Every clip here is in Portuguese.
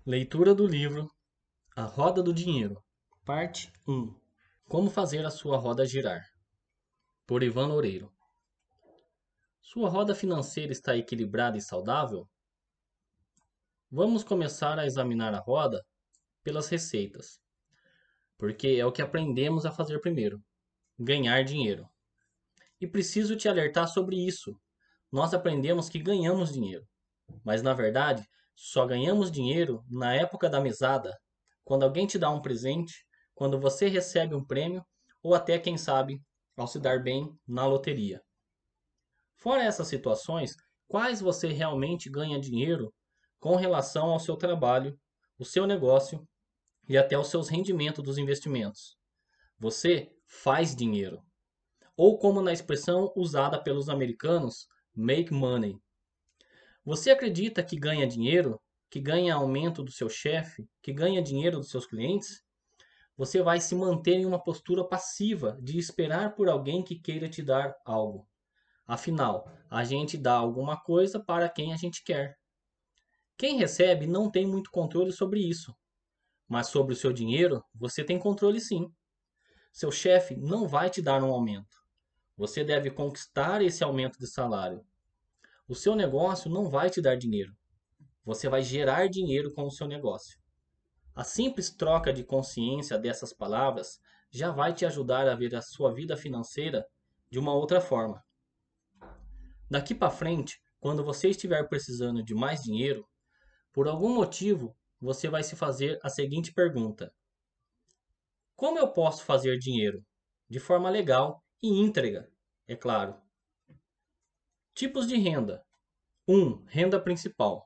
Leitura do livro A Roda do Dinheiro, Parte 1. Como fazer a sua roda girar, por Ivan Loureiro. Sua roda financeira está equilibrada e saudável? Vamos começar a examinar a roda pelas receitas, porque é o que aprendemos a fazer primeiro: ganhar dinheiro. E preciso te alertar sobre isso. Nós aprendemos que ganhamos dinheiro, mas na verdade só ganhamos dinheiro na época da mesada, quando alguém te dá um presente, quando você recebe um prêmio ou até, quem sabe, ao se dar bem na loteria. Fora essas situações, quais você realmente ganha dinheiro com relação ao seu trabalho, o seu negócio e até os seus rendimentos dos investimentos? Você faz dinheiro. Ou como na expressão usada pelos americanos, make money. Você acredita que ganha dinheiro, que ganha aumento do seu chefe, que ganha dinheiro dos seus clientes? Você vai se manter em uma postura passiva de esperar por alguém que queira te dar algo. Afinal, a gente dá alguma coisa para quem a gente quer. Quem recebe não tem muito controle sobre isso, mas sobre o seu dinheiro você tem controle sim. Seu chefe não vai te dar um aumento. Você deve conquistar esse aumento de salário. O seu negócio não vai te dar dinheiro. Você vai gerar dinheiro com o seu negócio. A simples troca de consciência dessas palavras já vai te ajudar a ver a sua vida financeira de uma outra forma. Daqui para frente, quando você estiver precisando de mais dinheiro, por algum motivo, você vai se fazer a seguinte pergunta: como eu posso fazer dinheiro? De forma legal e íntegra, é claro. Tipos de renda. 1. Renda principal.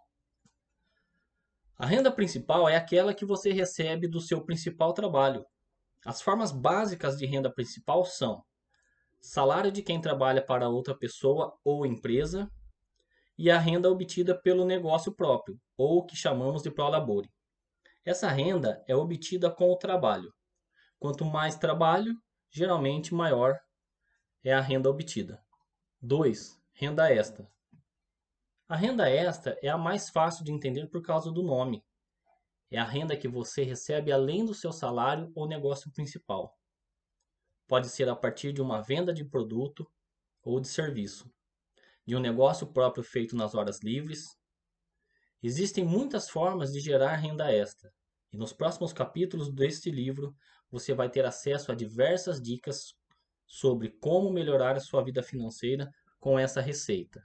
A renda principal é aquela que você recebe do seu principal trabalho. As formas básicas de renda principal são salário de quem trabalha para outra pessoa ou empresa e a renda obtida pelo negócio próprio, ou o que chamamos de prolabore. Essa renda é obtida com o trabalho. Quanto mais trabalho, geralmente maior é a renda obtida. 2. Renda extra. A renda extra é a mais fácil de entender por causa do nome. É a renda que você recebe além do seu salário ou negócio principal. Pode ser a partir de uma venda de produto ou de serviço, de um negócio próprio feito nas horas livres. Existem muitas formas de gerar renda extra, e nos próximos capítulos deste livro você vai ter acesso a diversas dicas sobre como melhorar a sua vida financeira com essa receita.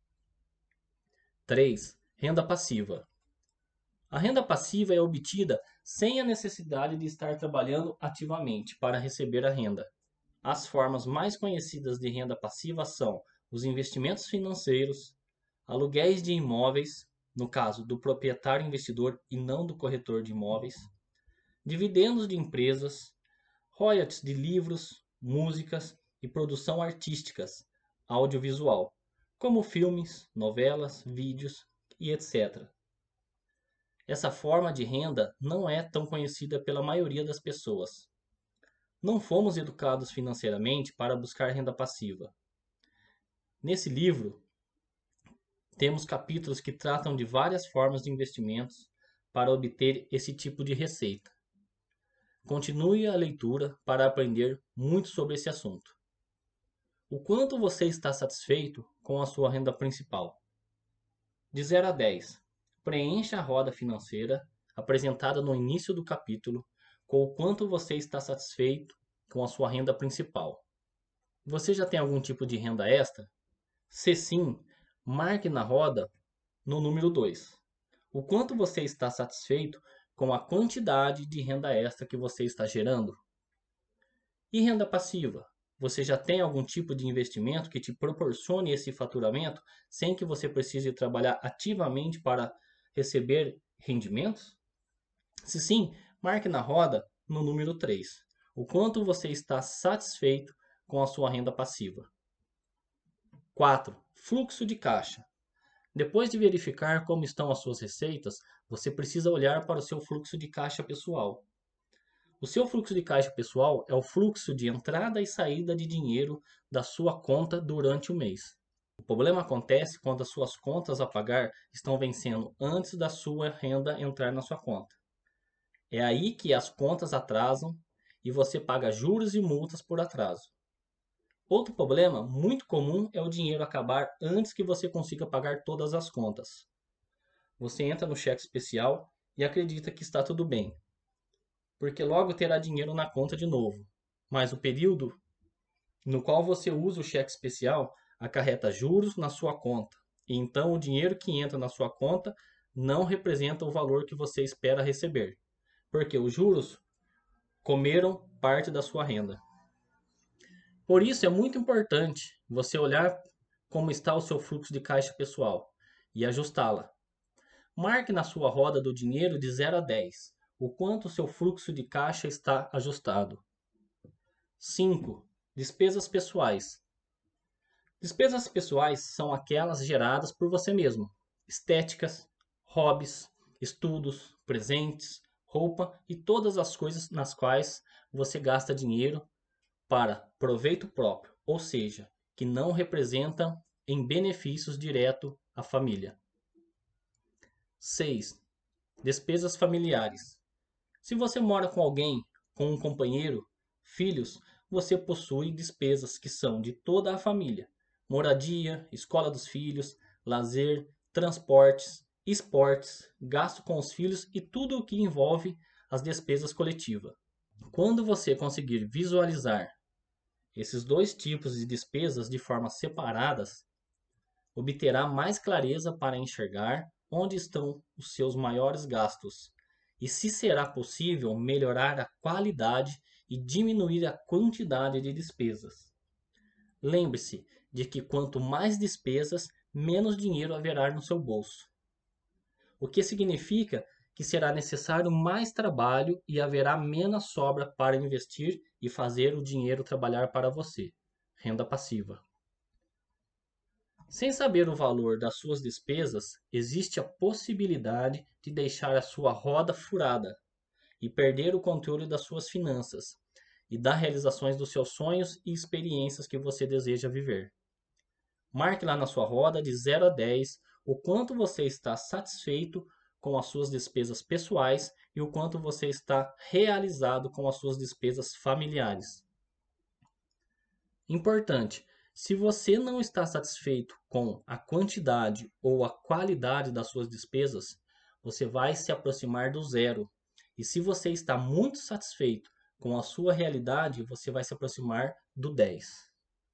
3. Renda passiva. A renda passiva é obtida sem a necessidade de estar trabalhando ativamente para receber a renda. As formas mais conhecidas de renda passiva são os investimentos financeiros, aluguéis de imóveis, no caso do proprietário investidor e não do corretor de imóveis, dividendos de empresas, royalties de livros, músicas e produção artísticas, audiovisual, como filmes, novelas, vídeos e etc. Essa forma de renda não é tão conhecida pela maioria das pessoas. Não fomos educados financeiramente para buscar renda passiva. Nesse livro, temos capítulos que tratam de várias formas de investimentos para obter esse tipo de receita. Continue a leitura para aprender muito sobre esse assunto. O quanto você está satisfeito com a sua renda principal? De 0 a 10, preencha a roda financeira apresentada no início do capítulo com o quanto você está satisfeito com a sua renda principal. Você já tem algum tipo de renda extra? Se sim, marque na roda no número 2. O quanto você está satisfeito com a quantidade de renda extra que você está gerando? E renda passiva? Você já tem algum tipo de investimento que te proporcione esse faturamento sem que você precise trabalhar ativamente para receber rendimentos? Se sim, marque na roda no número 3. O quanto você está satisfeito com a sua renda passiva. 4. Fluxo de caixa. Depois de verificar como estão as suas receitas, você precisa olhar para o seu fluxo de caixa pessoal. O seu fluxo de caixa pessoal é o fluxo de entrada e saída de dinheiro da sua conta durante o mês. O problema acontece quando as suas contas a pagar estão vencendo antes da sua renda entrar na sua conta. É aí que as contas atrasam e você paga juros e multas por atraso. Outro problema muito comum é o dinheiro acabar antes que você consiga pagar todas as contas. Você entra no cheque especial e acredita que está tudo bem, porque logo terá dinheiro na conta de novo. Mas o período no qual você usa o cheque especial acarreta juros na sua conta, e então o dinheiro que entra na sua conta não representa o valor que você espera receber, porque os juros comeram parte da sua renda. Por isso é muito importante você olhar como está o seu fluxo de caixa pessoal e ajustá-la. Marque na sua roda do dinheiro de 0 a 10 o quanto o seu fluxo de caixa está ajustado. 5. Despesas pessoais. Despesas pessoais são aquelas geradas por você mesmo: estéticas, hobbies, estudos, presentes, roupa e todas as coisas nas quais você gasta dinheiro para proveito próprio, ou seja, que não representam em benefícios direto à família. 6. Despesas familiares. Se você mora com alguém, com um companheiro, filhos, você possui despesas que são de toda a família: moradia, escola dos filhos, lazer, transportes, esportes, gasto com os filhos e tudo o que envolve as despesas coletivas. Quando você conseguir visualizar esses dois tipos de despesas de forma separadas, obterá mais clareza para enxergar onde estão os seus maiores gastos e se será possível melhorar a qualidade e diminuir a quantidade de despesas. Lembre-se de que quanto mais despesas, menos dinheiro haverá no seu bolso, o que significa que será necessário mais trabalho e haverá menos sobra para investir e fazer o dinheiro trabalhar para você. Renda passiva. Sem saber o valor das suas despesas, existe a possibilidade de deixar a sua roda furada e perder o controle das suas finanças e das realizações dos seus sonhos e experiências que você deseja viver. Marque lá na sua roda de 0 a 10 o quanto você está satisfeito com as suas despesas pessoais e o quanto você está realizado com as suas despesas familiares. Importante: se você não está satisfeito com a quantidade ou a qualidade das suas despesas, você vai se aproximar do zero. E se você está muito satisfeito com a sua realidade, você vai se aproximar do 10.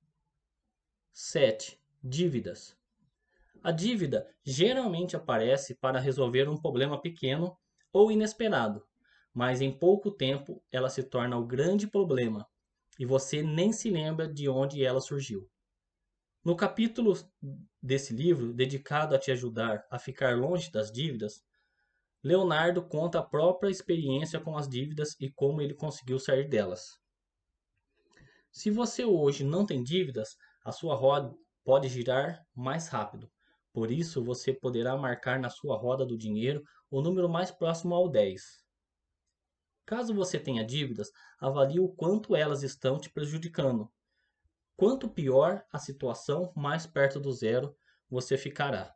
7. Dívidas. A dívida geralmente aparece para resolver um problema pequeno ou inesperado, mas em pouco tempo ela se torna o grande problema e você nem se lembra de onde ela surgiu. No capítulo desse livro, dedicado a te ajudar a ficar longe das dívidas, Leonardo conta a própria experiência com as dívidas e como ele conseguiu sair delas. Se você hoje não tem dívidas, a sua roda pode girar mais rápido. Por isso, você poderá marcar na sua roda do dinheiro o número mais próximo ao 10. Caso você tenha dívidas, avalie o quanto elas estão te prejudicando. Quanto pior a situação, mais perto do zero você ficará.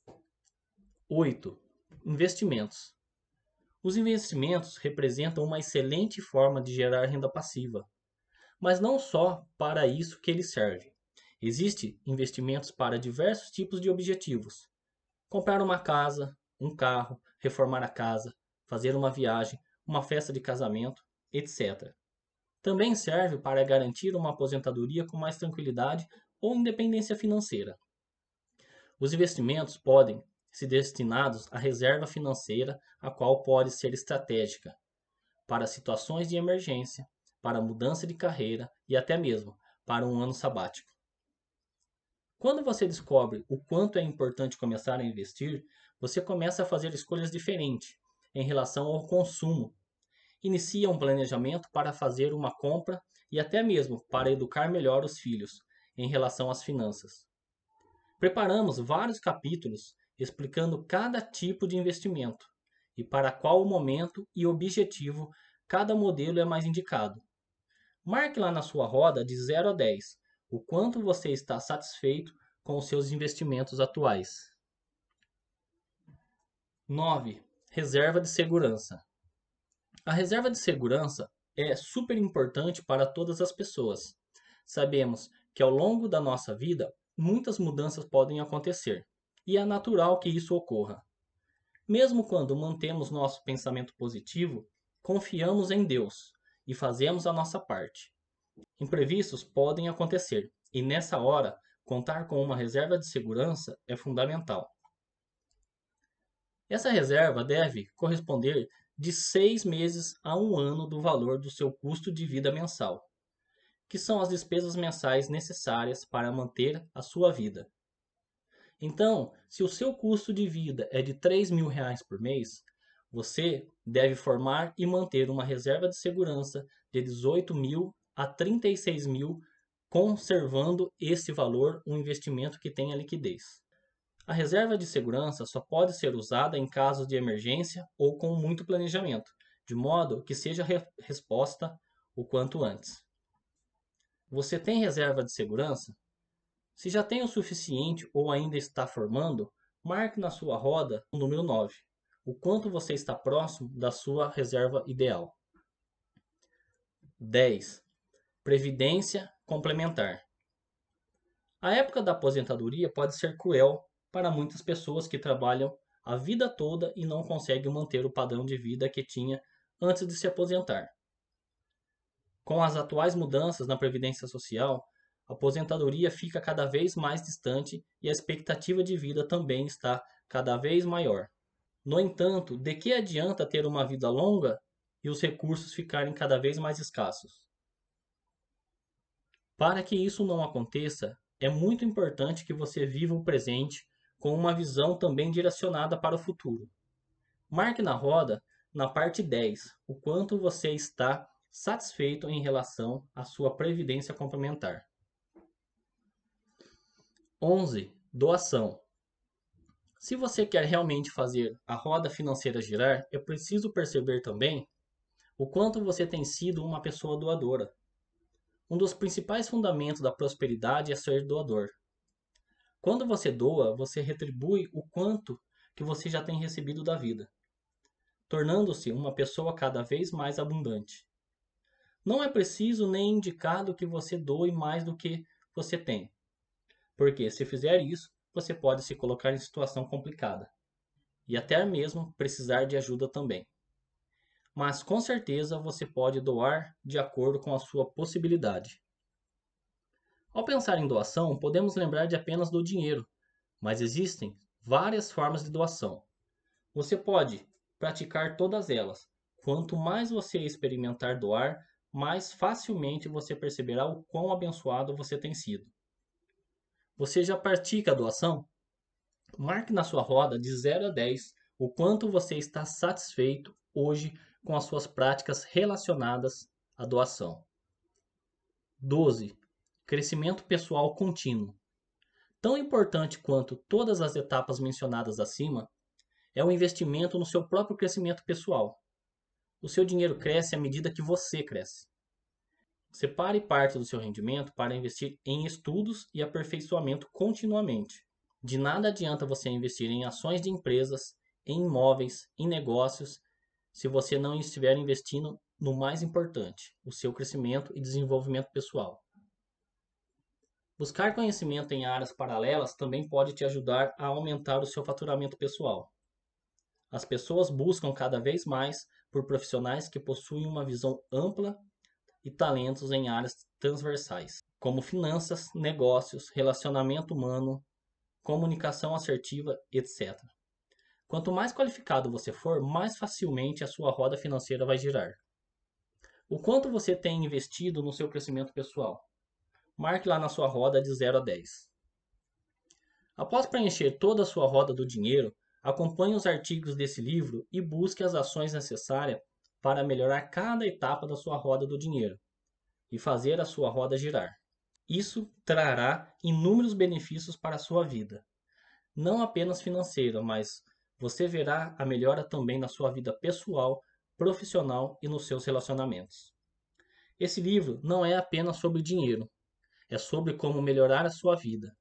8. Investimentos. Os investimentos representam uma excelente forma de gerar renda passiva, mas não só para isso que ele serve. Existem investimentos para diversos tipos de objetivos: comprar uma casa, um carro, reformar a casa, fazer uma viagem, uma festa de casamento, etc. Também serve para garantir uma aposentadoria com mais tranquilidade ou independência financeira. Os investimentos podem ser destinados à reserva financeira, a qual pode ser estratégica para situações de emergência, para mudança de carreira e até mesmo para um ano sabático. Quando você descobre o quanto é importante começar a investir, você começa a fazer escolhas diferentes em relação ao consumo. Inicia um planejamento para fazer uma compra e até mesmo para educar melhor os filhos em relação às finanças. Preparamos vários capítulos explicando cada tipo de investimento e para qual momento e objetivo cada modelo é mais indicado. Marque lá na sua roda de 0 a 10 o quanto você está satisfeito com os seus investimentos atuais. 9. Reserva de segurança. A reserva de segurança é super importante para todas as pessoas. Sabemos que ao longo da nossa vida, muitas mudanças podem acontecer, e é natural que isso ocorra. Mesmo quando mantemos nosso pensamento positivo, confiamos em Deus e fazemos a nossa parte. Imprevistos podem acontecer, e nessa hora, contar com uma reserva de segurança é fundamental. Essa reserva deve corresponder de 6 meses a 1 ano do valor do seu custo de vida mensal, que são as despesas mensais necessárias para manter a sua vida. Então, se o seu custo de vida é de R$ 3.000 por mês, você deve formar e manter uma reserva de segurança de 18.000 a 36.000, conservando esse valor um investimento que tenha liquidez. A reserva de segurança só pode ser usada em casos de emergência ou com muito planejamento, de modo que seja resposta o quanto antes. Você tem reserva de segurança? Se já tem o suficiente ou ainda está formando, marque na sua roda o número 9, o quanto você está próximo da sua reserva ideal. 10. Previdência complementar. A época da aposentadoria pode ser cruel para muitas pessoas que trabalham a vida toda e não conseguem manter o padrão de vida que tinha antes de se aposentar. Com as atuais mudanças na Previdência Social, a aposentadoria fica cada vez mais distante e a expectativa de vida também está cada vez maior. No entanto, de que adianta ter uma vida longa e os recursos ficarem cada vez mais escassos? Para que isso não aconteça, é muito importante que você viva o presente com uma visão também direcionada para o futuro. Marque na roda, na parte 10, o quanto você está satisfeito em relação à sua previdência complementar. 11. Doação. Se você quer realmente fazer a roda financeira girar, é preciso perceber também o quanto você tem sido uma pessoa doadora. Um dos principais fundamentos da prosperidade é ser doador. Quando você doa, você retribui o quanto que você já tem recebido da vida, tornando-se uma pessoa cada vez mais abundante. Não é preciso nem indicado que você doe mais do que você tem, porque se fizer isso, você pode se colocar em situação complicada e até mesmo precisar de ajuda também. Mas com certeza você pode doar de acordo com a sua possibilidade. Ao pensar em doação, podemos lembrar de apenas do dinheiro, mas existem várias formas de doação. Você pode praticar todas elas. Quanto mais você experimentar doar, mais facilmente você perceberá o quão abençoado você tem sido. Você já pratica a doação? Marque na sua roda de 0 a 10 o quanto você está satisfeito hoje com as suas práticas relacionadas à doação. 12. Crescimento pessoal contínuo. Tão importante quanto todas as etapas mencionadas acima é o investimento no seu próprio crescimento pessoal. O seu dinheiro cresce à medida que você cresce. Separe parte do seu rendimento para investir em estudos e aperfeiçoamento continuamente. De nada adianta você investir em ações de empresas, em imóveis, em negócios, se você não estiver investindo no mais importante, o seu crescimento e desenvolvimento pessoal. Buscar conhecimento em áreas paralelas também pode te ajudar a aumentar o seu faturamento pessoal. As pessoas buscam cada vez mais por profissionais que possuem uma visão ampla e talentos em áreas transversais, como finanças, negócios, relacionamento humano, comunicação assertiva, etc. Quanto mais qualificado você for, mais facilmente a sua roda financeira vai girar. O quanto você tem investido no seu crescimento pessoal? Marque lá na sua roda de 0 a 10. Após preencher toda a sua roda do dinheiro, acompanhe os artigos desse livro e busque as ações necessárias para melhorar cada etapa da sua roda do dinheiro e fazer a sua roda girar. Isso trará inúmeros benefícios para a sua vida, não apenas financeira, mas você verá a melhora também na sua vida pessoal, profissional e nos seus relacionamentos. Esse livro não é apenas sobre dinheiro, é sobre como melhorar a sua vida.